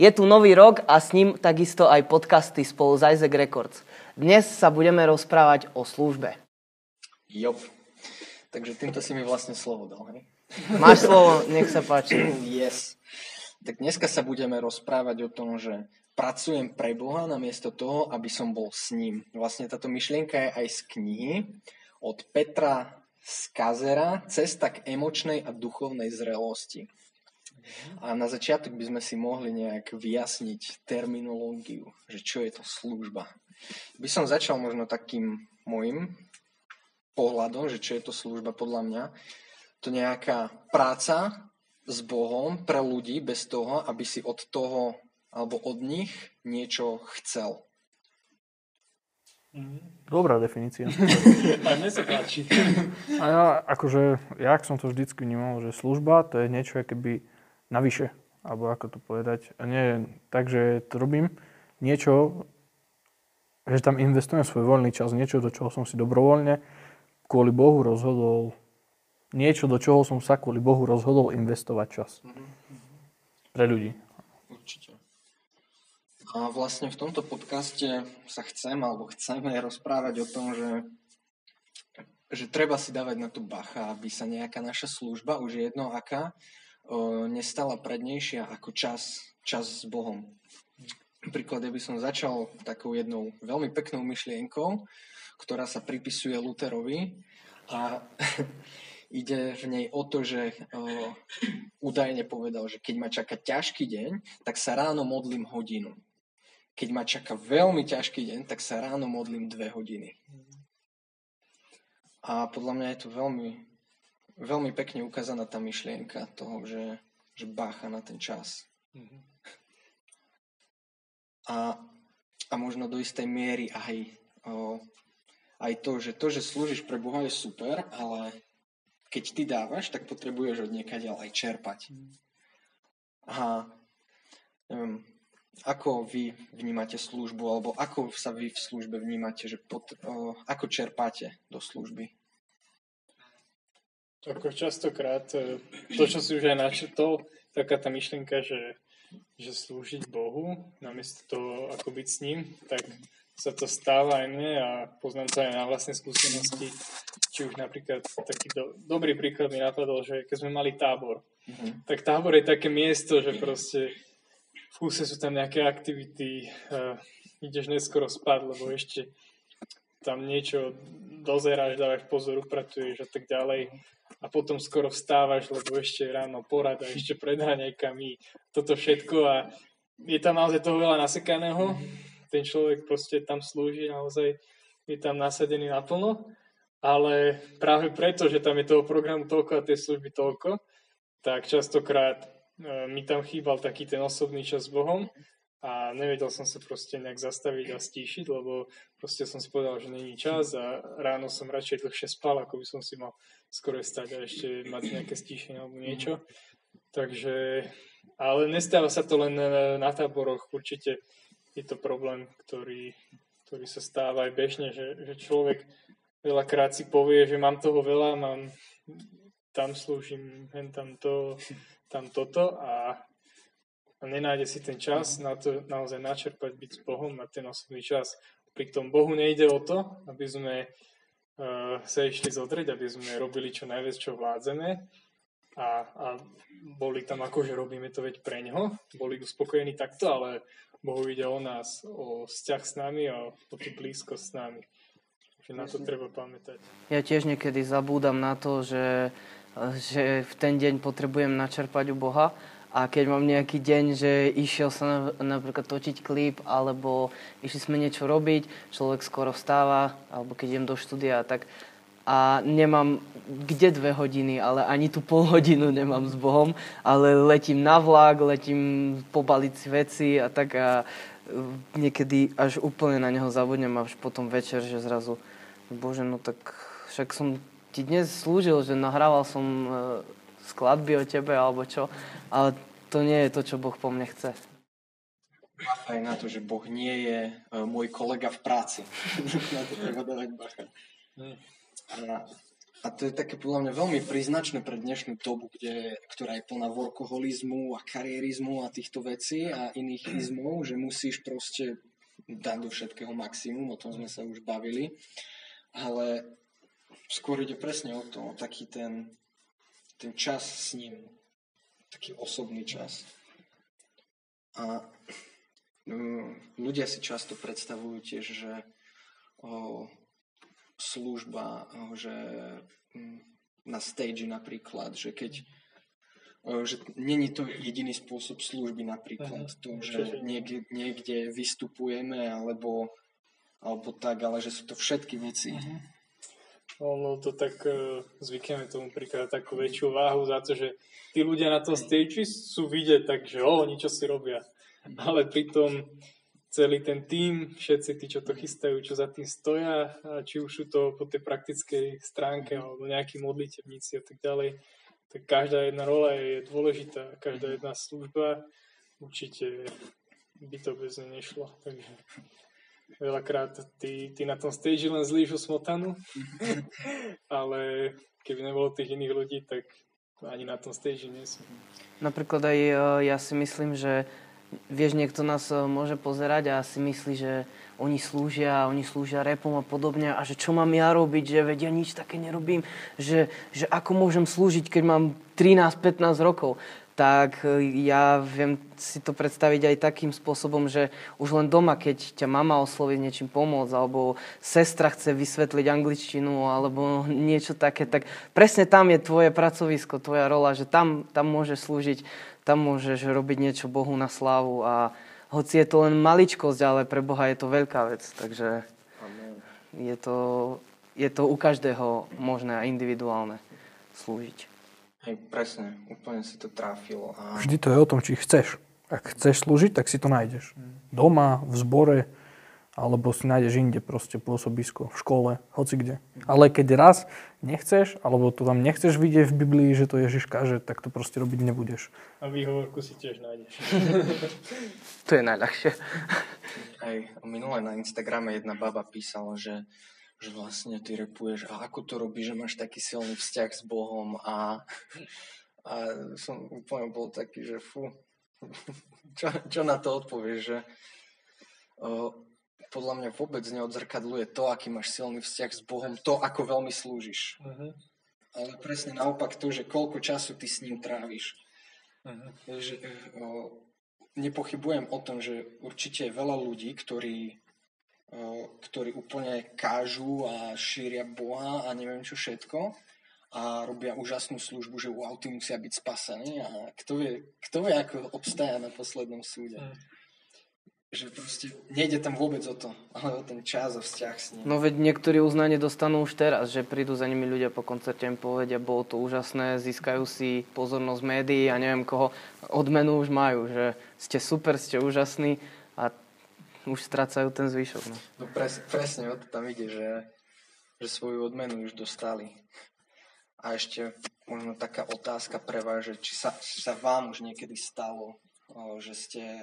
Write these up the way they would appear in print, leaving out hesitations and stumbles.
Je tu nový rok a s ním takisto aj podcasty spolu s Isaac Records. Dnes sa budeme rozprávať o službe. Jo. Takže týmto si mi vlastne slovo dal, hej? Máš slovo, nech sa páči. Yes. Tak dneska sa budeme rozprávať o tom, že pracujem pre Boha namiesto toho, aby som bol s ním. Vlastne táto myšlienka je aj z knihy od Petra Skazera Cesta k emočnej a duchovnej zrelosti. A na začiatok by sme si mohli nejak vyjasniť terminológiu, že čo je to služba. By som začal možno takým môjim pohľadom, že čo je to služba podľa mňa. To nejaká práca s Bohom pre ľudí bez toho, aby si od toho alebo od nich niečo chcel. Dobrá definícia. A mne sa páči. A ja som to vždycky vnímal, že služba to je niečo keby navyše, alebo ako to povedať. A nie tak, že to robím niečo, že tam investujem svoj voľný čas, niečo, do čoho som si dobrovoľne kvôli Bohu rozhodol, niečo, do čoho som sa kvôli Bohu rozhodol investovať čas. Pre ľudí. Určite. A vlastne v tomto podcaste sa chceme rozprávať o tom, že treba si dávať na tú bacha, aby sa nejaká naša služba, už je jedno aká, nestala prednejšia ako čas s Bohom. Príklad, by som začal takou jednou veľmi peknou myšlienkou, ktorá sa pripisuje Lutherovi a ide v nej o to, že údajne povedal, že keď ma čaká ťažký deň, tak sa ráno modlím hodinu. Keď ma čaká veľmi ťažký deň, tak sa ráno modlím 2 hodiny. A podľa mňa je to veľmi pekne ukázaná tá myšlienka toho, že bácha na ten čas. A možno do istej miery aj to, že slúžiš pre Boha je super, ale keď ty dávaš, tak potrebuješ od niekaďaľ aj čerpať. A neviem, ako vy vnímate službu, alebo ako sa vy v službe vnímate, že ako čerpáte do služby? Ako častokrát to, čo si už aj načrtol, taká tá myšlienka, že slúžiť Bohu, namiesto toho, ako byť s ním, tak sa to stáva aj mne a poznám to aj na vlastnej skúsenosti. Či už napríklad taký dobrý príklad mi napadol, že keď sme mali tábor, tak tábor je také miesto, že proste v kúse sú tam nejaké aktivity, ideš neskoro spať, lebo ešte tam niečo dozeráš, dávaš pozor, upratuješ a tak ďalej. A potom skoro vstávaš, lebo ešte ráno porada, ešte pred raňajkami, toto všetko a je tam naozaj toho veľa nasekaného. Ten človek proste tam slúži, naozaj je tam nasadený naplno, ale práve preto, že tam je toho programu toľko a tej služby toľko, tak častokrát mi tam chýbal taký ten osobný čas s Bohom a nevedel som sa proste nejak zastaviť a stíšiť, lebo proste som si povedal, že není čas a ráno som radšej dlhšie spal, ako by som si mal skoro stať a ešte mať nejaké stíšenie alebo niečo. Takže, ale nestáva sa to len na táboroch, určite je to problém, ktorý sa stáva aj bežne, že človek veľakrát si povie, že mám toho veľa, tam slúžim, tam toto a nenájde si ten čas na to naozaj načerpať, byť s Bohom, mať ten osobný čas. Pri tom Bohu nejde o to, aby sme sa išli zodrieť, aby sme robili čo najviac, čo vládzeme a boli tam ako, že robíme to veď pre ňoho, boli uspokojení takto, ale Bohu ide o nás, o vzťah s nami a o tú blízkosť s nami. Že na to treba pamätať. Ja tiež niekedy zabúdam na to, že v ten deň potrebujem načerpať u Boha a keď mám nejaký deň, že išiel sa napríklad točiť klip alebo išli sme niečo robiť, človek skoro vstáva alebo keď idem do štúdia tak a nemám kde 2 hodiny, ale ani tú pol hodinu nemám s Bohom, ale letím na vlak, letím pobaliť si veci a tak a niekedy až úplne na neho zabudnem a až potom večer, že zrazu Bože, no tak však som ti dnes slúžil, že nahrával som skladby o tebe alebo čo, ale to nie je to, čo Boh po mne chce. Aj na to, že Boh nie je môj kolega v práci. Na to treba dávať bacha. A A to je také podľa mňa veľmi príznačné pre dnešnú dobu, ktorá je plná workoholizmu a karierizmu a týchto vecí a iných izmov, že musíš proste dať do všetkého maximum, o tom sme sa už bavili. Ale skôr ide presne o to, o taký ten čas s ním, taký osobný čas. A ľudia si často predstavujú tiež, že služba, že na stage napríklad, že keď že není to jediný spôsob služby napríklad, to, že niekde vystupujeme alebo tak, ale že sú to všetky veci. No to tak zvykneme tomu prikladať takú väčšiu váhu za to, že tí ľudia na tom stage sú vidieť tak, že niečo si robia. Ale pritom celý ten tím, všetci tí, čo to chystajú, čo za tým stoja, či už sú to po tej praktickej stránke alebo nejakí modlitevníci a tak ďalej, tak každá jedna rola je dôležitá, každá jedna služba určite by to bez nej nešlo. Takže veľakrát ty na tom stage len zlíš smotanu, ale keby nebolo tých iných ľudí, tak ani na tom stage nie sú. Napríklad aj ja si myslím, že vieš, niekto nás môže pozerať a si myslí, že oni slúžia rapom a podobne a že čo mám ja robiť, že veď ja nič také nerobím, že ako môžem slúžiť, keď mám 13-15 rokov. Tak ja viem si to predstaviť aj takým spôsobom, že už len doma, keď ťa mama osloví niečím pomôcť, alebo sestra chce vysvetliť angličtinu, alebo niečo také, tak presne tam je tvoje pracovisko, tvoja rola, že tam môžeš slúžiť, tam môžeš robiť niečo Bohu na slávu a hoci je to len maličkosť, ale pre Boha je to veľká vec, takže je to u každého možné a individuálne slúžiť. Hej, presne, úplne si to trafilo. Vždy to je o tom, či chceš. Ak chceš slúžiť, tak si to nájdeš. Doma, v zbore, alebo si nájdeš inde proste pôsobisko, v škole, hoci kde. Ale keď raz nechceš, alebo to tam nechceš vidieť v Biblii, že to Ježiš káže, tak to proste robiť nebudeš. A výhovorku si tiež nájdeš. To je najľahšie. Aj minule na Instagrame jedna baba písala, že vlastne ty rapuješ a ako to robíš, že máš taký silný vzťah s Bohom a som úplne bol taký, že čo na to odpovieš, že podľa mňa vôbec neodzrkadluje to, aký máš silný vzťah s Bohom, to, ako veľmi slúžiš. Ale presne naopak to, že koľko času ty s ním tráviš. Že, nepochybujem o tom, že určite je veľa ľudí, ktorí úplne kážu a šíria Boha a neviem čo všetko a robia úžasnú službu, že wow, tí musia byť spasení a kto vie, ako obstája na poslednom súde. Že proste nejde tam vôbec o to, ale o ten čas a vzťah s ním. No veď niektorí uznanie dostanú už teraz, že prídu za nimi ľudia po koncerte im povedia, bolo to úžasné, získajú si pozornosť médií a neviem koho, odmenu už majú, že ste super, ste úžasní a už strácajú ten zvyšok. No presne o to tam ide, že svoju odmenu už dostali. A ešte možno taká otázka pre vás, že či sa vám už niekedy stalo, že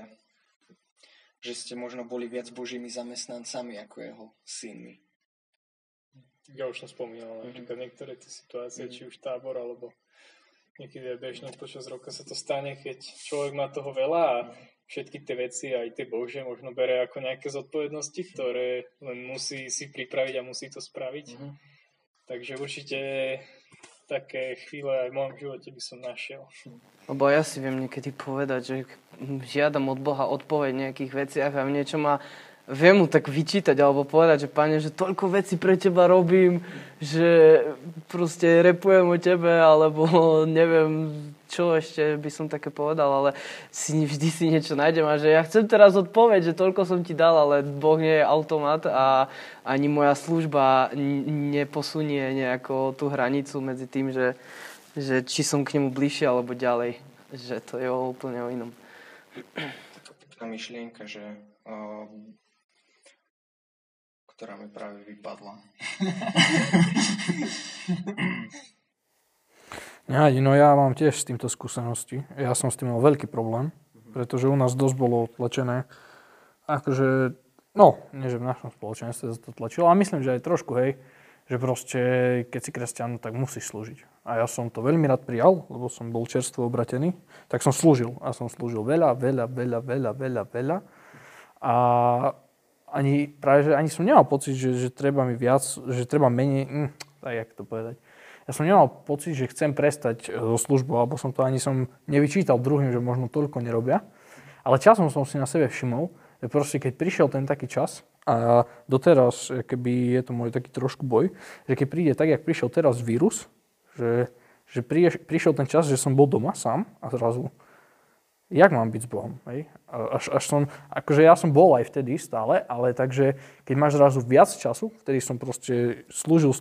ste možno boli viac Božími zamestnancami ako jeho synmi. Ja už som spomínal napríklad niektoré tie situácie, či už tábor, alebo niekedy aj bežne počas roka sa to stane, keď človek má toho veľa a všetky tie veci, aj tie Božie, možno bere ako nejaké zodpovednosti, ktoré len musí si pripraviť a musí to spraviť. Takže určite také chvíle aj v mojom živote by som našiel. Lebo ja si viem niekedy povedať, že žiadam od Boha odpoveď v nejakých veciach a v niečo ma viem mu tak vyčítať alebo povedať, že Pane, že toľko vecí pre teba robím, že proste repujem o tebe, alebo neviem, čo ešte by som také povedal, ale vždy si niečo nájdem a že ja chcem teraz odpoveď, že toľko som ti dal, ale Boh nie je automat a ani moja služba neposunie nejako tú hranicu medzi tým, že či som k nemu bližšie alebo ďalej, že to je úplne o inom. Taká pekná myšlienka, že ktorá mi práve vypadla. No ja mám tiež s týmto skúsenosti. Ja som s tým mal veľký problém, pretože u nás dosť bolo tlačené. Akože, nie že v našom spoločenstve sa to tlačilo, ale myslím, že aj trošku, hej, že proste, keď si kresťan, tak musíš slúžiť. A ja som to veľmi rád prijal, lebo som bol čerstvo obratený, tak som slúžil. A som slúžil veľa. A ani som nemal pocit, že treba mi viac, že treba menej, tak jak to povedať. Ja som nemal pocit, že chcem prestať so službou, alebo som to ani nevyčítal druhým, že možno toľko nerobia. Ale časom som si na sebe všimol, že proste keď prišiel ten taký čas, a doteraz, keby je to môj taký trošku boj, že keď príde tak, jak prišiel teraz vírus, že prišiel ten čas, že som bol doma sám a zrazu, jak mám byť s Bohom? Hej? Až som, akože ja som bol aj vtedy stále, ale takže keď máš zrazu viac času, vtedy som proste slúžil,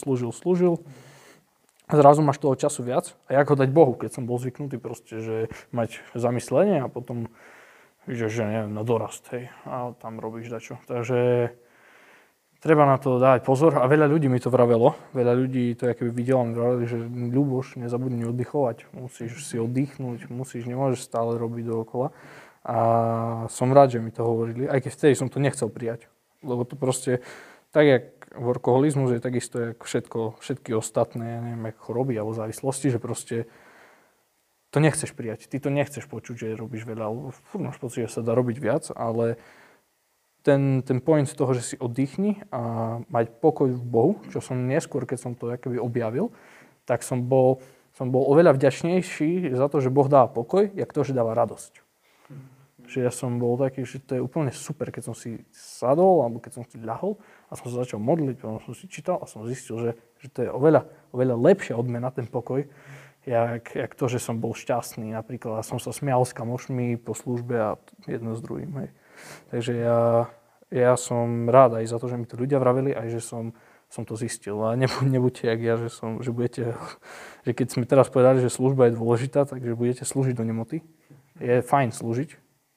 a zrazu máš toho času viac a jak ho dať Bohu, keď som bol zvyknutý proste, že mať zamyslenie a potom že neviem, na dorast, hej, a tam robíš dačo. Takže treba na to dať pozor a veľa ľudí mi to vravelo. Veľa ľudí to akoby videlo, vraveli, že Ľuboš, nezabudni oddychovať, musíš si oddychnúť, nemôžeš stále robiť dookola. A som rád, že mi to hovorili, aj keď vtedy som to nechcel prijať. Lebo to proste, tak jak workoholizmus je takisto jak všetky ostatné, neviem, jak choroby alebo závislosti, že proste to nechceš prijať. Ty to nechceš počuť, že robíš veľa, alebo máš pocit, že sa dá robiť viac, ale ten point toho, že si oddychni a mať pokoj v Bohu, čo som neskôr, keď som to akoby objavil, tak som bol oveľa vďačnejší za to, že Boh dáva pokoj, jak to, že dáva radosť. Že ja som bol taký, že to je úplne super, keď som si sadol, alebo keď som si ľahol a som sa začal modliť, potom som si čítal a som zistil, že to je oveľa lepšia odmena, ten pokoj, jak to, že som bol šťastný napríklad a som sa smial s kamošmi po službe a jedno s druhým. Hej. Takže ja som rád aj za to, že mi to ľudia vraveli, aj že som to zistil. A nebuďte jak ja, že keď sme teraz povedali, že služba je dôležitá, takže budete slúžiť do nemoty. Je fajn slúžiť,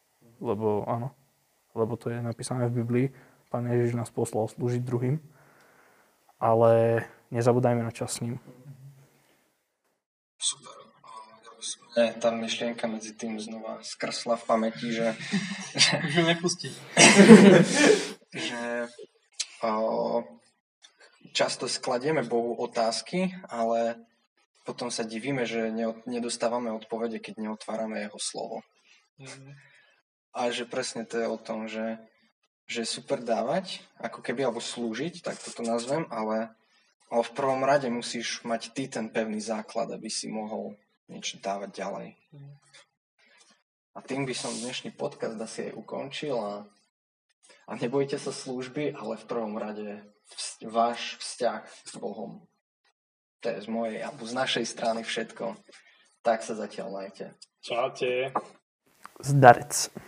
lebo to je napísané v Biblii. Pán Ježiš nás poslal slúžiť druhým, ale nezabúdajme na čas s ním. Super. Mne tá myšlienka medzi tým znova skrsla v pamäti, že nepustí. že často skladieme Bohu otázky, ale potom sa divíme, že nedostávame odpovede, keď neotvárame jeho slovo. A že presne to je o tom, že je super dávať, ako keby, alebo slúžiť, tak toto nazvem, ale v prvom rade musíš mať ty ten pevný základ, aby si mohol niečo dávať ďalej. A tým by som dnešný podcast asi aj ukončil a nebojte sa služby, ale v prvom rade váš vzťah s Bohom. To je z mojej alebo z našej strany všetko. Tak sa zatiaľ majte. Čaute. Zdarec.